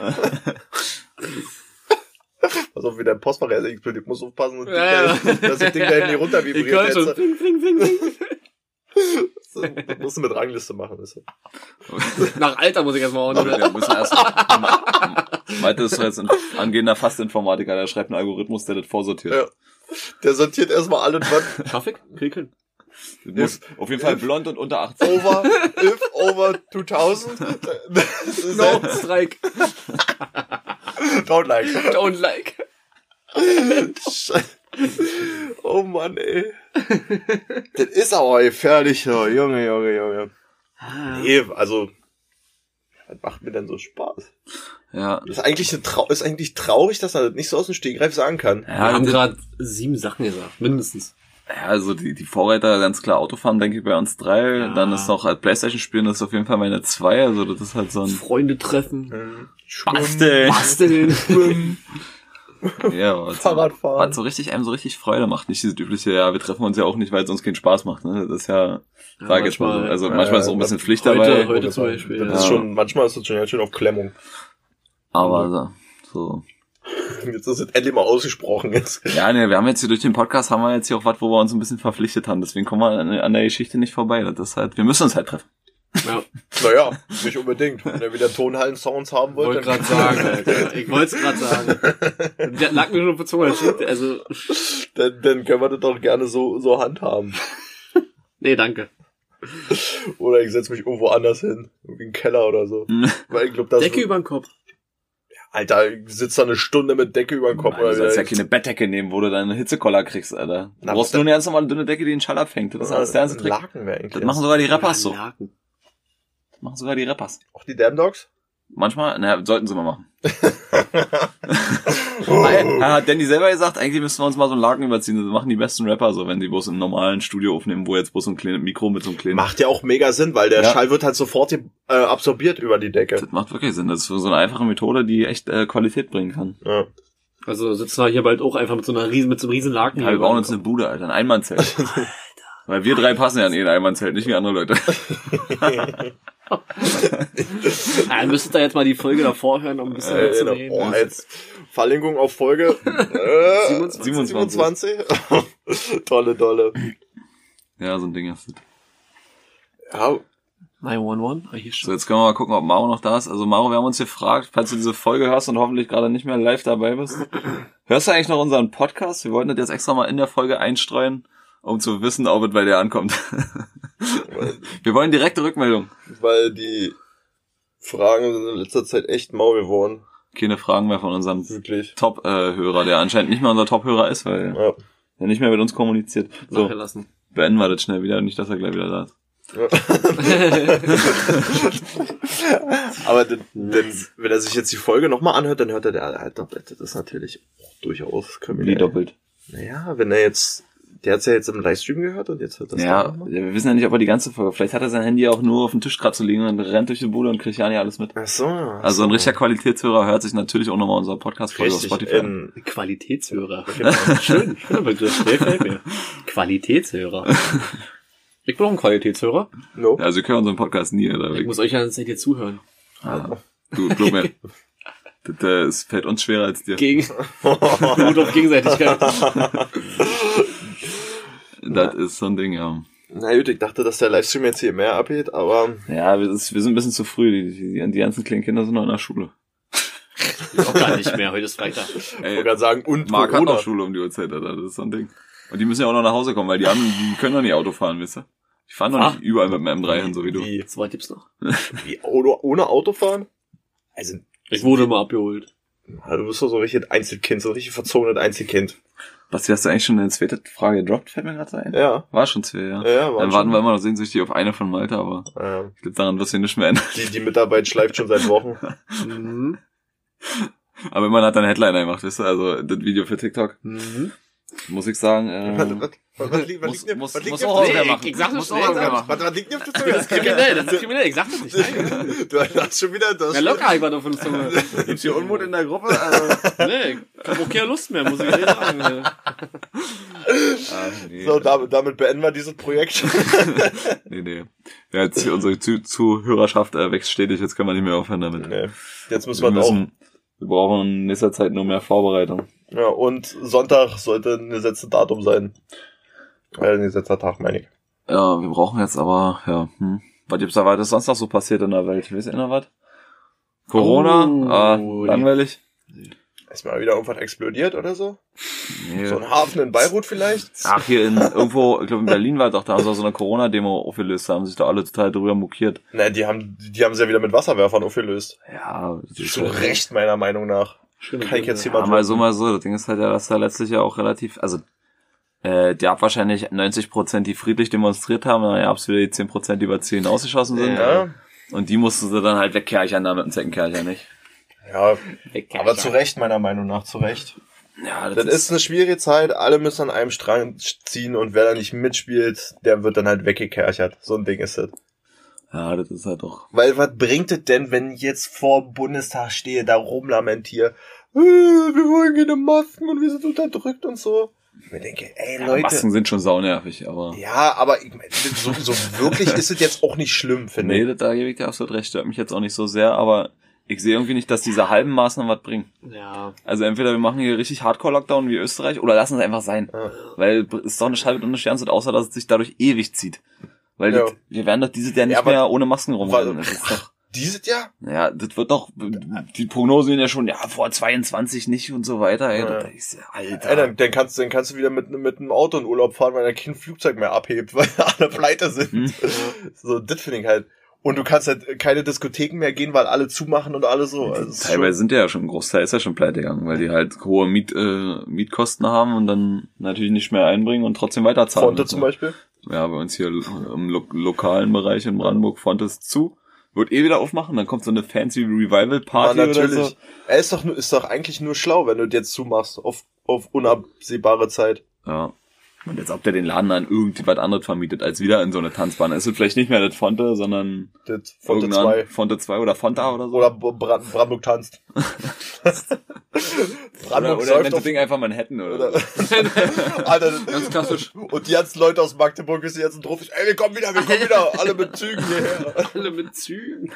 Pass auf, wie dein Postfach ist explodiert. Ich muss aufpassen, dass das Ding da nicht runter vibriert. Ich höre schon. Fling. Das musst du mit Rangliste machen. Ist Nach Alter muss ich erstmal auch nicht. Wir müssen erst. Malte ist jetzt ein angehender Fastinformatiker, der schreibt einen Algorithmus, der das vorsortiert. Ja. Der sortiert erstmal alle was. Schaff ich? Kriegen. Du musst auf jeden Fall blond und unter 18. Over 2000. No, strike. Don't like. Don't like. Oh Mann, ey. Das ist aber gefährlich, so. Junge. Nee, also, was macht mir denn so Spaß? Ja. Das ist eigentlich traurig, dass er das nicht so aus dem Stegreif sagen kann. Ja, wir haben gerade 7 Sachen gesagt, mindestens. Ja, also die Vorreiter, ganz klar Autofahren, denke ich, bei uns 3. Ja. Dann ist noch halt Playstation spielen, das ist auf jeden Fall meine 2. Also das ist halt so ein... Freunde treffen. Basteln. Ja, Fahrradfahren. Was einem so richtig Freude macht. Nicht dieses übliche, ja, wir treffen uns ja auch nicht, weil es uns keinen Spaß macht. Ne? Das ist ja, sag ich jetzt mal so. Also manchmal ist auch ein bisschen Pflicht dabei. Heute zum Beispiel. Das ist schon, manchmal ist das schon ganz schön auf Klemmung. Aber so. Jetzt ist es endlich mal ausgesprochen jetzt. Ja, ne, wir haben jetzt hier durch den Podcast haben wir jetzt hier auch was, wo wir uns ein bisschen verpflichtet haben. Deswegen kommen wir an der Geschichte nicht vorbei. Das ist halt, wir müssen uns halt treffen. Ja. Naja, nicht unbedingt. Wenn er wieder Tonhallen-Sounds haben wollte. Ich wollte es gerade sagen. Der lag mir schon auf der Zunge. Also. Dann können wir das doch gerne so handhaben. Nee, danke. Oder ich setze mich irgendwo anders hin. Irgendwie in den Keller oder so. Weil ich glaub, das Decke über den Kopf. Alter, sitzt da eine Stunde mit Decke über den Kopf. Du sollst ja keine Bettdecke nehmen, wo du dann eine Hitzekoller kriegst, Alter. Du brauchst nur eine ganz normale dünne Decke, die den Schall abfängt. Das ist alles der ganze Trick. Laken wäre eigentlich. Das machen sogar die Rappers so. Das machen sogar die Rappers. Auch die Damn Dogs? Manchmal, sollten sie mal machen. Hat Danny selber gesagt, eigentlich müssten wir uns mal so einen Laken überziehen. Das machen die besten Rapper so, wenn die bloß im normalen Studio aufnehmen, wo jetzt bloß so ein kleines Mikro mit so einem kleinen... Macht ja auch mega Sinn, weil der Schall wird halt sofort absorbiert über die Decke. Das macht wirklich Sinn. Das ist so eine einfache Methode, die echt Qualität bringen kann. Ja. Also sitzen wir hier bald auch einfach mit so einem riesen Laken. Ja, wir bauen uns eine Bude, Alter, ein Einmannzelt. Weil wir drei passen ja an ein Einmannzelt, nicht wie andere Leute. Ihr müsstet da jetzt mal die Folge davor hören, um ein bisschen zu reden. Oh, jetzt Verlinkung auf Folge 27. Tolle. Ja, so ein Ding ist das. Ja. 911. So, jetzt können wir mal gucken, ob Maro noch da ist. Also Maro, wir haben uns gefragt, falls du diese Folge hörst und hoffentlich gerade nicht mehr live dabei bist. Hörst du eigentlich noch unseren Podcast? Wir wollten das jetzt extra mal in der Folge einstreuen, um zu wissen, ob es bei dir ankommt. Wir wollen direkte Rückmeldung. Weil die Fragen sind in letzter Zeit echt mau geworden. Keine Fragen mehr von unserem Top-Hörer, der anscheinend nicht mehr unser Top-Hörer ist, weil er nicht mehr mit uns kommuniziert. So, beenden wir das schnell wieder, nicht, dass er gleich wieder da ist. Ja. Aber wenn er sich jetzt die Folge nochmal anhört, dann hört er halt doppelt. Das ist natürlich durchaus kriminell. Wie doppelt? Naja, wenn er jetzt... Der hat's ja jetzt im Livestream gehört und jetzt hört das wir wissen ja nicht, ob er die ganze Folge... Vielleicht hat er sein Handy auch nur auf dem Tisch gerade zu liegen und rennt durch die Bude und kriegt ja nicht alles mit. Ach so. Also ein richtiger Qualitätshörer hört sich natürlich auch nochmal unser Podcast-Folge auf Spotify. Qualitätshörer. Schön, schöner Begriff. Der gefällt mir. Qualitätshörer. Ich bin auch ein Qualitätshörer. No. Also ihr könnt unseren Podcast nie. Oder? Ich muss euch ja jetzt hier zuhören. Du, glaub mir. Das fällt uns schwerer als dir. Gut auf Gegenseitigkeit. Das ist so ein Ding, ja. Na gut, ich dachte, dass der Livestream jetzt hier mehr abgeht, aber... Ja, wir sind ein bisschen zu früh. Die ganzen kleinen Kinder sind noch in der Schule. Auch gar nicht mehr, heute ist Freitag. Ich wollte gerade sagen, und Marc hat noch Schule um die Uhrzeit, Alter. Das ist so ein Ding. Und die müssen ja auch noch nach Hause kommen, weil die können doch nicht Auto fahren, wisst ihr? Die fahren doch nicht überall mit dem M3 hin, so wie du. So weit gibt's noch. Wie, ohne Auto fahren? Also... Ich wurde mal abgeholt. Ja, du bist doch so richtig Einzelkind, so richtig verzogenes Einzelkind. Basti, hast du eigentlich schon eine zweite Frage gedroppt, fällt mir gerade so ein? Ja. War schon zwei, ja. Dann warten wir immer noch sehnsüchtig auf eine von Malte, aber ich glaube, daran wirst du nicht mehr ändern. Die Mitarbeit schleift schon seit Wochen. Aber immerhin hat er eine Headline gemacht, weißt du, also das Video für TikTok. Muss ich sagen, was liegt muss auf auch machen. Ich sag das nicht. Was liegt auf der Zunge? Das ist kriminell, ich sag das nicht. Nein. Du hast schon wieder das. Ja, locker, ich war doch von der Zunge. Gibt's hier Unmut in der Gruppe? Also. Nee, ich hab auch keine Lust mehr, muss ich dir sagen. So, damit beenden wir dieses Projekt. Nee. Ja, jetzt unsere Zuhörerschaft wächst stetig, jetzt können wir nicht mehr aufhören damit. Nee. Jetzt müssen wir wir brauchen in nächster Zeit nur mehr Vorbereitung. Ja, und Sonntag sollte ein gesetztes Datum sein. Ein gesetzter Tag, meine ich. Ja, wir brauchen jetzt aber, Was gibt's da weiter sonst noch so passiert in der Welt? Wisst ihr noch was? Corona? Langweilig. Ist mal wieder irgendwas explodiert oder so? Nee. So ein Hafen in Beirut vielleicht? Ach, hier irgendwo, ich glaube in Berlin war doch, da haben sie auch so eine Corona-Demo aufgelöst, da haben sich da alle total drüber mokiert. Nein, die haben sie ja wieder mit Wasserwerfern aufgelöst. Ja. So recht, meiner Meinung nach. Kann ich jetzt hier mal so. Das Ding ist halt ja, dass da letztlich ja auch relativ, also, der gab wahrscheinlich 90%, die friedlich demonstriert haben, dann gab's wieder die 10%, die über 10 ausgeschossen sind. Ja. Und die mussten sie dann halt wegkerchern da mit dem Zeckenkercher, nicht? Ja, aber zu Recht, meiner Meinung nach, zu Recht. Ja, das ist eine schwierige Zeit, alle müssen an einem Strang ziehen und wer da nicht mitspielt, der wird dann halt weggekerchert. So ein Ding ist das. Ja, das ist halt doch. Weil was bringt es denn, wenn ich jetzt vor dem Bundestag stehe, da rumlamentiere, wir wollen keine Masken und wir sind unterdrückt und so. Ich mir denke, Leute. Masken sind schon saunervig, aber. Ja, aber ich meine, so wirklich ist es jetzt auch nicht schlimm, finde ich. Nee, da gebe ich dir absolut recht, stört mich jetzt auch nicht so sehr, aber ich sehe irgendwie nicht, dass diese halben Maßnahmen was bringen. Ja. Also entweder wir machen hier richtig Hardcore-Lockdown wie Österreich oder lassen es einfach sein. Ja. Weil es ist doch eine Scheibe und eine Sternzeit, außer dass es sich dadurch ewig zieht. Weil wir werden doch dieses Jahr nicht mehr ohne Masken rumrennen. Das ist doch, dieses Jahr? Ja, das wird doch, die Prognosen sind ja schon, vor 22 nicht und so weiter. Ey, Ja. Alter. Dann kannst du wieder mit einem Auto in Urlaub fahren, weil dann kein Flugzeug mehr abhebt, weil alle pleite sind. So, das finde ich halt. Und du kannst halt keine Diskotheken mehr gehen, weil alle zumachen und alles so. Also teilweise sind ja schon, ein Großteil ist ja schon pleite gegangen, weil die halt hohe Mietkosten haben und dann natürlich nicht mehr einbringen und trotzdem weiterzahlen. Fonte zum Beispiel? Ja, bei uns hier im lokalen Bereich in Brandenburg, Fonte ist zu. Wird wieder aufmachen, dann kommt so eine fancy Revival-Party oder so. Er ist doch eigentlich nur schlau, wenn du jetzt zumachst, auf unabsehbare Zeit. Ja. Und jetzt, ob der den Laden an irgendwas anderes vermietet, als wieder in so eine Tanzbahn. Es wird vielleicht nicht mehr das Fonte, sondern das Fonte 2. Fonte 2 oder Fonta oder so. Oder Brandenburg tanzt. Brandenburg oder nennt das Ding einfach Manhattan oder so. Alter, ganz klassisch. Und die ganzen Leute aus Magdeburg wissen jetzt drauf, ey, wir kommen wieder, alle mit Zügen hierher. Alle mit Zügen.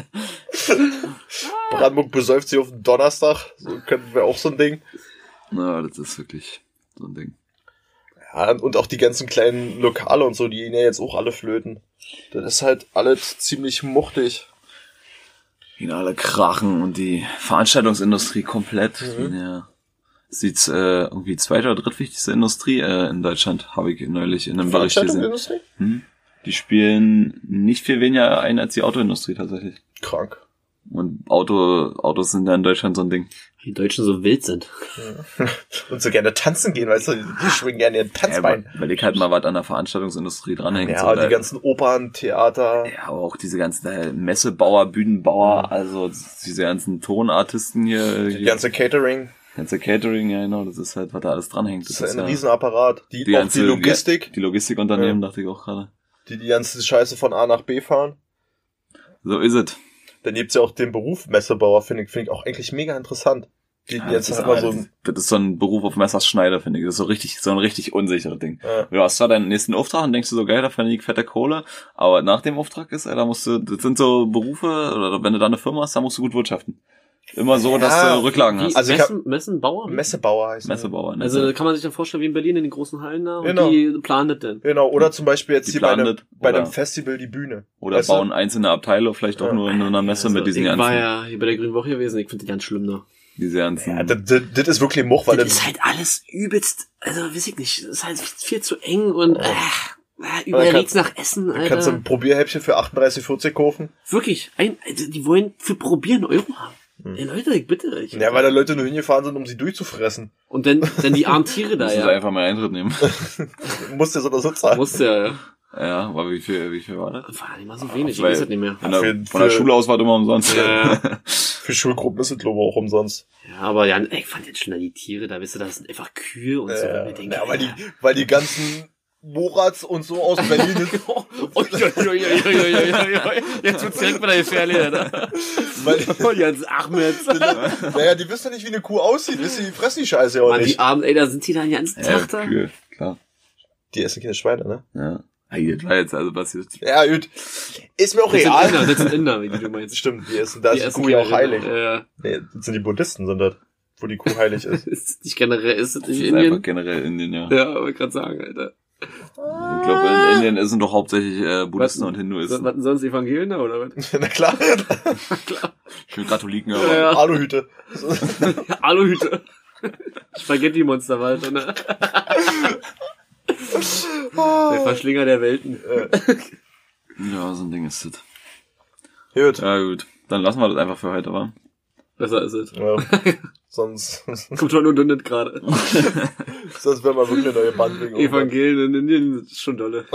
Brandenburg besäuft sich auf den Donnerstag, so könnten wir auch so ein Ding. Na, das ist wirklich so ein Ding. Ja, und auch die ganzen kleinen Lokale und so, die gehen ja jetzt auch alle flöten. Das ist halt alles ziemlich muchtig. Die alle krachen und die Veranstaltungsindustrie komplett. Ja. Sieht's irgendwie zweite oder drittwichtigste Industrie in Deutschland, habe ich neulich in einem Bericht gesehen. Veranstaltungsindustrie? Die spielen nicht viel weniger ein als die Autoindustrie tatsächlich. Krank. Und Autos sind ja in Deutschland so ein Ding. Die Deutschen so wild sind. Und so gerne tanzen gehen, weißt du, die schwingen gerne ihren Tanzbein. Ja, überleg halt mal, was an der Veranstaltungsindustrie dranhängt. Ja, so, die ganzen Opern, Theater. Ja, aber auch diese ganzen Messebauer, Bühnenbauer, also diese ganzen Tonartisten hier. Die ganze Catering. Ganze Catering, ja genau, das ist halt, was da alles dranhängt. Das ist ein Riesenapparat. Die Logistik. Die Logistikunternehmen, dachte ich auch gerade. Die ganze Scheiße von A nach B fahren. So ist es. Dann gibt's ja auch den Beruf Messebauer, finde ich auch eigentlich mega interessant. Das ist so ein Beruf auf Messers Schneider, finde ich. Das ist so ein richtig unsicheres Ding. Ja. Du hast zwar deinen nächsten Auftrag und denkst du so, geil, da verdiene ich fette Kohle, aber nach dem Auftrag ist, da musst du, das sind so Berufe, oder wenn du da eine Firma hast, da musst du gut wirtschaften. Immer so, dass du Rücklagen hast. Also Messebauer heißt Messebauer. Ne? Also kann man sich dann vorstellen, wie in Berlin in den großen Hallen da, und genau. Die planen das denn. Genau, oder zum Beispiel jetzt hier bei einem Festival die Bühne. Oder weißt bauen einzelne Abteile, vielleicht auch nur in einer Messe mit diesen ganzen. Ich war ja hier bei der Grünen Woche gewesen, ich finde die ganz schlimm da. Diese ganzen. Ja, das ist wirklich Much, weil das ist halt alles übelst, also weiß ich nicht, das ist halt viel zu eng und überall riecht's nach Essen, Alter. Kannst du ein Probierhäppchen für 38,40 kaufen? Wirklich, also die wollen für Probieren Euro haben. Ey Leute, bitte. Ja, weil da Leute nur hingefahren sind, um sie durchzufressen. Und dann die armen Tiere da, ja. Einfach mal Eintritt nehmen. Musst du so oder so zahlen. Musst du ja. Ja, aber wie viel war das? War nicht mal so wenig, ich weiß das nicht mehr. Von der Schule aus war das immer umsonst. Ja. Für Schulgruppen ist es, glaube ich, auch umsonst. Ja, aber ja, ich fand jetzt schon die Tiere, da wisst ihr, das sind einfach Kühe und so. Und denke, ja, weil die ganzen Morats und so aus Berlin. Jetzt wird's direkt wieder gefährlich, Alter. Weil Jens Ahmed. Naja, die wissen ja nicht, wie eine Kuh aussieht. Die fressen die Scheiße ja auch nicht. Die Armen, ey, da sind die dann den ganzen Tag da. Kühe, klar. Die essen keine Schweine, ne? Ja. Das war jetzt also passiert. Ja, gut. Ist mir auch real. Das sind Inder, wie du meinst. Stimmt, da ist die Kuh ja auch heilig. Ja. Nee, das sind die Buddhisten, sind das, wo die Kuh heilig ist. Ist nicht generell, ist es nicht Indien? Einfach generell Indien, ja. Ja, wollte gerade sagen, Alter. Ich glaube, in Indien sind doch hauptsächlich Buddhisten und Hinduisten. Was denn sonst Evangelien da, oder was? Na klar. Klar. Ich will Katholiken, aber. Ja. Aluhüte. Aluhüte. Spaghetti-Monster, Alter, ne? Der Verschlinger der Welten. Ja, so ein Ding ist das. Gut. Ja, gut. Dann lassen wir das einfach für heute, wa? Besser ist es. Ja. Sonst. Kommt schon nur nicht gerade. Sonst wäre mal wirklich eine neue Band wegen Evangelien in Indien ist schon dolle.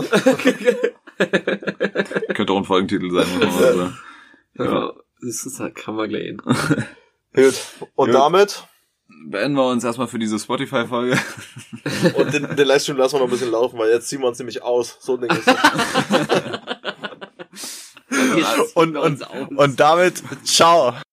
Könnte auch ein Folgentitel sein, muss man mal sagen. Ja, das ist halt, kann man gleich hin. Gut. Und damit beenden wir uns erstmal für diese Spotify-Folge. Und den Livestream lassen wir noch ein bisschen laufen, weil jetzt ziehen wir uns nämlich aus. So ein Ding ist das. Und damit, ciao.